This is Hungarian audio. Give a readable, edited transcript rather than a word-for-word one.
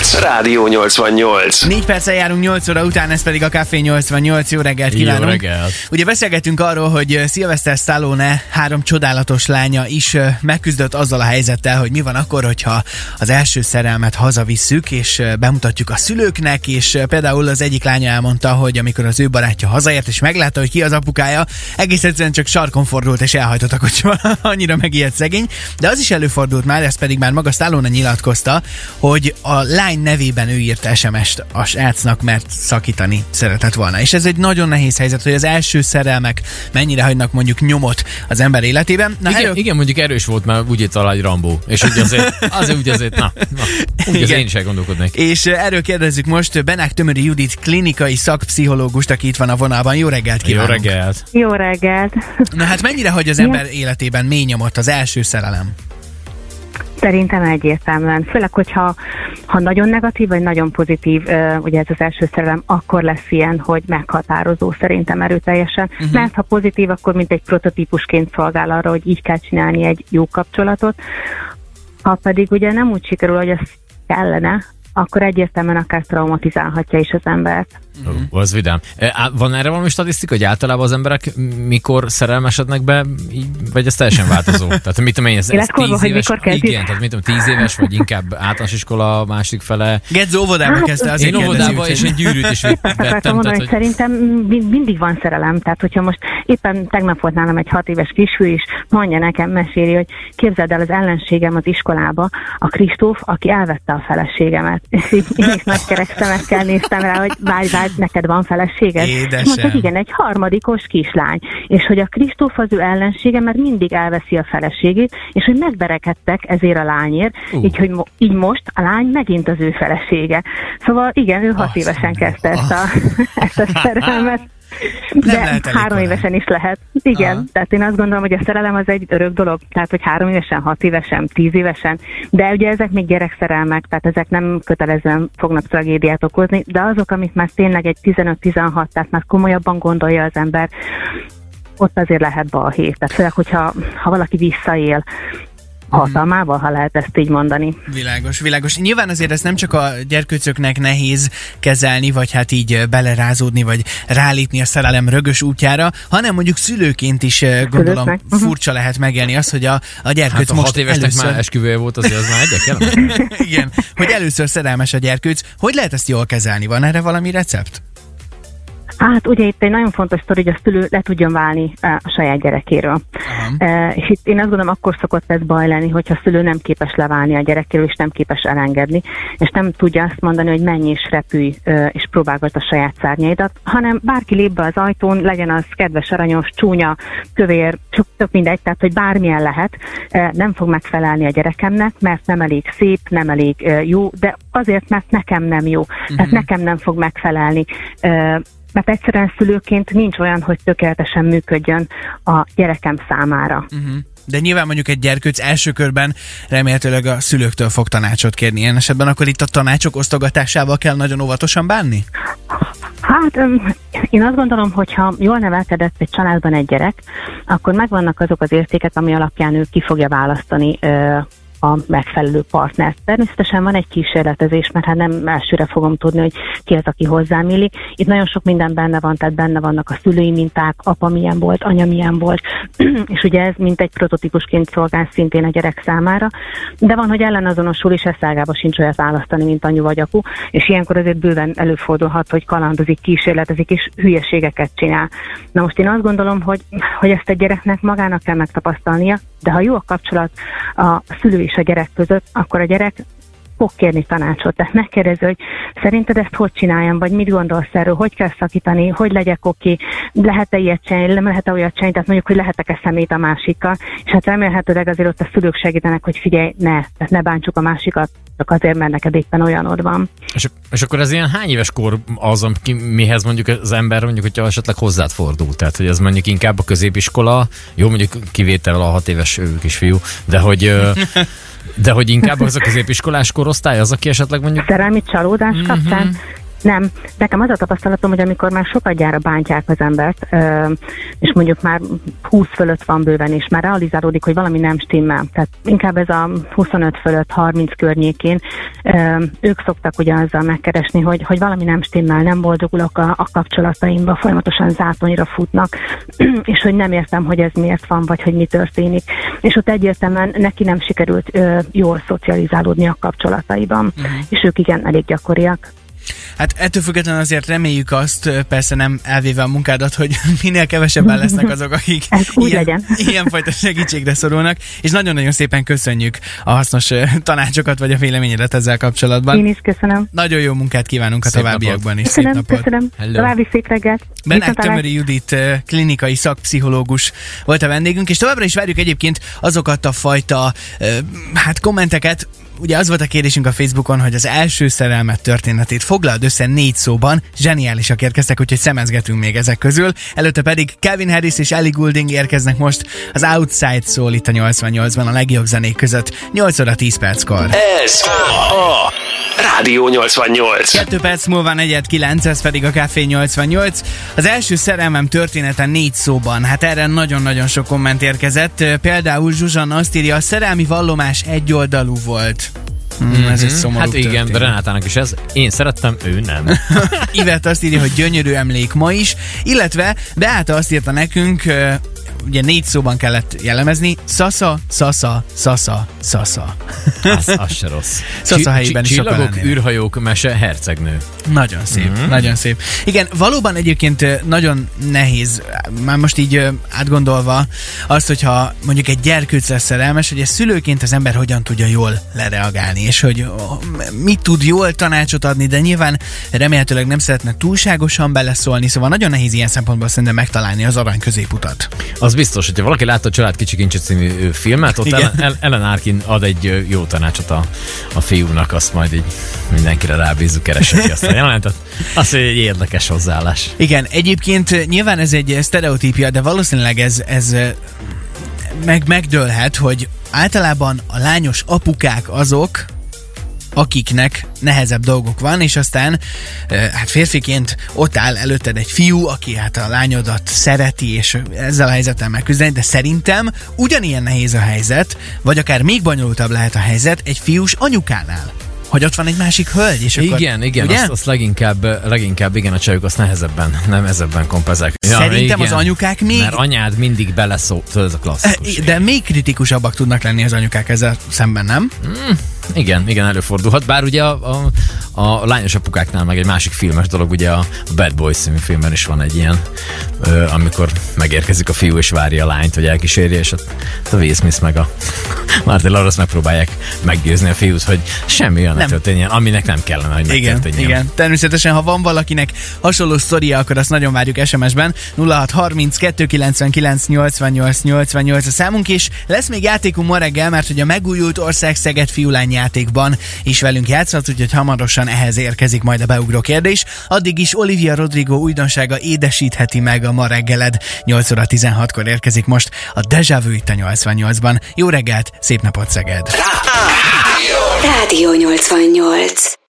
perc. Rádió 88. 4 perccel járunk 8 óra után, ez pedig a Café 88. Jó reggelt kívánunk. Jó reggelt. Ugye beszélgetünk arról, hogy Sylvester Stallone 3 csodálatos lánya is megküzdött azzal a helyzettel, hogy mi van akkor, hogyha az első szerelmet hazavisszük, és bemutatjuk a szülőknek, és például az egyik lánya elmondta, hogy amikor az ő barátja hazaért, és meglátta, hogy ki az apukája, egész egyszerűen csak sarkon fordult, és elhajtott a kocsival. Annyira megijedt szegény. De az is előfordult már, ez pedig már maga Stallone nyilatkozta, hogy a lány nevében ő írt SMS-t a srácnak, mert szakítani szeretett volna. És ez egy nagyon nehéz helyzet, hogy az első szerelmek mennyire hagynak mondjuk nyomot az ember életében. Na, igen, mondjuk erős volt, mert úgy írt alá egy Rambó. És úgy azért, úgy az én is elgondolkodnék. És erről kérdezzük most Benák Tömöri Judit klinikai szakpszichológust, aki itt van a vonalban. Jó reggelt kívánunk! Jó reggelt! Jó reggelt! Na hát mennyire hagy az ember életében mély nyomot az első szerelem? Szerintem egyértelműen. Főleg, hogyha nagyon negatív, vagy nagyon pozitív, ugye ez az első szerelem, akkor lesz ilyen, hogy meghatározó szerintem erőteljesen. Mert ha pozitív, akkor mint egy prototípusként szolgál arra, hogy így kell csinálni egy jó kapcsolatot. Ha pedig ugye nem úgy sikerül, hogy ez kellene, akkor egyértelműen akár traumatizálhatja is az embert. Az vidám. Van erre valami statisztika, hogy általában az emberek mikor szerelmesednek be, vagy ez teljesen változó? Tehát mit tudom én, ez 10 éves? Igen, tehát mit tudom, 10 éves, vagy inkább általános iskola másik fele. Gedz óvodába kezdte azért. Én óvodába és egy gyűrűt is vettem. Mondani, hogy szerintem mindig van szerelem. Tehát, hogyha most éppen tegnap volt nálam egy 6 éves kisfiú is, mondja nekem, meséli, hogy képzeld el, az ellenségem az iskolába, a Kristóf, aki elvette a feleségemet. És így én is nagy kerek szemekkel néztem rá, hogy várj, neked van feleséged? Mondta, igen, egy harmadikos kislány. És hogy a Kristóf az ő ellensége, mert mindig elveszi a feleségét, és hogy megberekedtek ezért a lányért, így, hogy így most a lány megint az ő felesége. Szóval igen, ő 6 évesen kezdte ezt a szerelmet. De 3 évesen is lehet. Igen, tehát én azt gondolom, hogy a szerelem az egy örök dolog. Tehát, hogy 3 évesen, 6 évesen, 10 évesen. De ugye ezek még gyerekszerelmek, tehát ezek nem kötelezően fognak tragédiát okozni, de azok, amik már tényleg egy 15-16, tehát már komolyabban gondolja az ember, ott azért lehet balhé. Tehát főleg, hogyha valaki visszaél hatalmával, ha lehet ezt így mondani. Világos. Nyilván azért ezt nem csak a gyerkőcöknek nehéz kezelni, vagy hát így belerázódni, vagy rálépni a szerelem rögös útjára, hanem mondjuk szülőként is gondolom furcsa lehet megélni az, hogy a gyerkőc hát a most 6 évesnek először... már esküvője volt, azért az már egyek. Igen, hogy először szerelmes a gyerkőc. Hogy lehet ezt jól kezelni? Van erre valami recept? Hát ugye itt egy nagyon fontos sztori, hogy a szülő le tudjon válni a saját gyerekéről. És itt én azt gondolom, akkor szokott ez baj lenni, hogyha a szülő nem képes leválni a gyerekéről, és nem képes elengedni, és nem tudja azt mondani, hogy menj és repülj, és próbálgatd a saját szárnyaidat, hanem bárki lép be az ajtón, legyen az kedves, aranyos, csúnya, kövér, tök mindegy, tehát hogy bármilyen lehet, nem fog megfelelni a gyerekemnek, mert nem elég szép, nem elég jó, de azért, mert nekem nem jó, tehát nekem nem fog megfelelni. Mert egyszerűen szülőként nincs olyan, hogy tökéletesen működjön a gyerekem számára. De nyilván mondjuk egy gyerkőc első körben remélhetőleg a szülőktől fog tanácsot kérni. Ilyen esetben akkor itt a tanácsok osztogatásával kell nagyon óvatosan bánni? Hát én azt gondolom, hogy ha jól nevelkedett egy családban egy gyerek, akkor megvannak azok az értékek, ami alapján ő ki fogja választani a megfelelő partnert. Természetesen van egy kísérletezés, mert hát nem elsőre fogom tudni, hogy ki az, aki hozzám illik. Itt nagyon sok minden benne van, tehát benne vannak a szülői minták, apa milyen volt, anya milyen volt, és ugye ez mint egy prototípusként szolgál szintén a gyerek számára, de van, hogy ellenazonosul, és eszágába sincs olyat választani, mint anyu vagy apu, és ilyenkor azért bőven előfordulhat, hogy kalandozik, kísérletezik, és hülyeségeket csinál. Na most én azt gondolom, hogy ezt a gyereknek magának kell megtapasztalnia, de ha jó a kapcsolat a szülő és a gyerek között, akkor a gyerek fog kérni tanácsot. Tehát megkérdezi, hogy szerinted ezt hogy csináljam, vagy mit gondolsz erről, hogy kell szakítani, hogy legyek oké, lehet-e ilyet csinálni, nem lehet-e olyat csinálni, tehát mondjuk, hogy lehetek-e szemét a másikkal, és hát remélhetőleg azért ott a szülők segítenek, hogy figyelj, tehát ne bántsuk a másikat, csak azért, mert neked éppen olyanod van. És akkor ez ilyen hány éves kor az, mihez mondjuk az ember, mondjuk, hogyha esetleg hozzád fordul? Tehát, hogy ez mondjuk inkább a középiskola, jó, mondjuk kivétel a 6 éves kisfiú, de hogy inkább az a középiskolás korosztály az, aki esetleg mondjuk... Szerelmi csalódás kapcsán? Nem. Nekem az a tapasztalatom, hogy amikor már sokadjára bántják az embert, és mondjuk már 20 fölött van bőven, és már realizálódik, hogy valami nem stimmel. Tehát inkább ez a 25 fölött, 30 környékén ők szoktak ugye azzal megkeresni, hogy valami nem stimmel, nem boldogulok a kapcsolataimban, folyamatosan zátonyra futnak, és hogy nem értem, hogy ez miért van, vagy hogy mi történik. És ott egyértelműen neki nem sikerült jól szocializálódni a kapcsolataiban, és ők igen, elég gyakoriak. Hát ettől függetlenül azért reméljük azt, persze nem elvéve a munkádat, hogy minél kevesebben lesznek azok, akik ilyenfajta segítségre szorulnak, és nagyon-nagyon szépen köszönjük a hasznos tanácsokat, vagy a véleményedet ezzel kapcsolatban. Én is köszönöm. Nagyon jó munkát kívánunk szép a továbbiakban is. Köszönöm, szép napot. Köszönöm. További szép reggelt. Benák Tömöri Judit klinikai szakpszichológus volt a vendégünk, és továbbra is várjuk egyébként azokat a fajta kommenteket. Ugye az volt a kérdésünk a Facebookon, hogy az első szerelmet történetét foglald össze 4 szóban. Zseniálisak érkeztek, úgyhogy szemezgetünk még ezek közül. Előtte pedig Calvin Harris és Ellie Goulding érkeznek most. Az Outside szól itt a 88-ban a legjobb zenék között. 8 óra 10 perckor. Ez a Rádió 88. 2 perc múlva 4:09, ez pedig a Café 88. Az első szerelmem története 4 szóban. Hát erre nagyon-nagyon sok komment érkezett. Például Zsuzsanna azt írja, a szerelmi vallomás egyoldalú volt. Ez egy szomorú Hát igen, történet. Renátának is ez. Én szerettem, ő nem. Ivett azt írja, hogy gyönyörű emlék ma is, illetve Beáta azt írta nekünk, ugye 4 szóban kellett jellemezni, szasza, szasza, szasza, szasza. Az se rossz. Szasza helyében is sokan Csillagok, lennének. űrhajók, mese, hercegnő. Nagyon szép, nagyon szép. Igen, valóban egyébként nagyon nehéz, már most így átgondolva azt, hogyha mondjuk egy gyerkőc lesz szerelmes, hogy ezt szülőként az ember hogyan tudja jól lereagálni, és hogy mit tud jól tanácsot adni, de nyilván remélhetőleg nem szeretne túlságosan beleszólni, szóval nagyon nehéz ilyen szempontból szerintem megtalálni az arany középutat. Az biztos, hogyha valaki látta a Család Kicsi Kincse című filmet, ott Ellen Arkin ad egy jó tanácsot a fiúnak, azt majd így mindenkire rábízzuk, keressük ki azt a jelentet. Az egy érdekes hozzáállás. Igen, egyébként nyilván ez egy sztereotípia, de valószínűleg ez megdőlhet, hogy általában a lányos apukák azok, akiknek nehezebb dolgok van, és aztán hát férfiként ott áll előtted egy fiú, aki hát a lányodat szereti, és ezzel a helyzettel megküzdeni, de szerintem ugyanilyen nehéz a helyzet, vagy akár még bonyolultabb lehet a helyzet egy fiús anyukánál. Hogy ott van egy másik hölgy, és akkor... Igen, azt leginkább igen, a csajok azt nehezebben kompenzálják. Szerintem az anyukák még... Mert anyád mindig beleszól, ez a klasszikus. De még kritikusabbak tudnak lenni az anyukák ezzel szemben, nem? Igen, előfordulhat. Bár ugye a lányos apukáknál meg egy másik filmes dolog, ugye a Bad Boys című filmben is van egy ilyen, amikor megérkezik a fiú és várja a lányt, hogy elkísérje, és a Will Smith meg a Martin Lawrence megpróbálják meggyőzni a fiút, hogy semmi olyan ne történjen, aminek nem kellene, hogy megtörténjen. Igen, természetesen, ha van valakinek hasonló sztoria, akkor azt nagyon várjuk SMS-ben. 0630 299 88 88 a számunk, és lesz még játékunk ma reggel, mert hogy a megújult Ország-Szeged fiúlány játékban is velünk játszhat, úgyhogy hamarosan ehhez érkezik majd a beugró kérdés. Addig is Olivia Rodrigo újdonsága édesítheti meg a ma reggeled. 8 óra 16-kor érkezik most a Déjà Vu itt a 88-ban. Jó reggelt, szép napot Szeged! Rádió 88.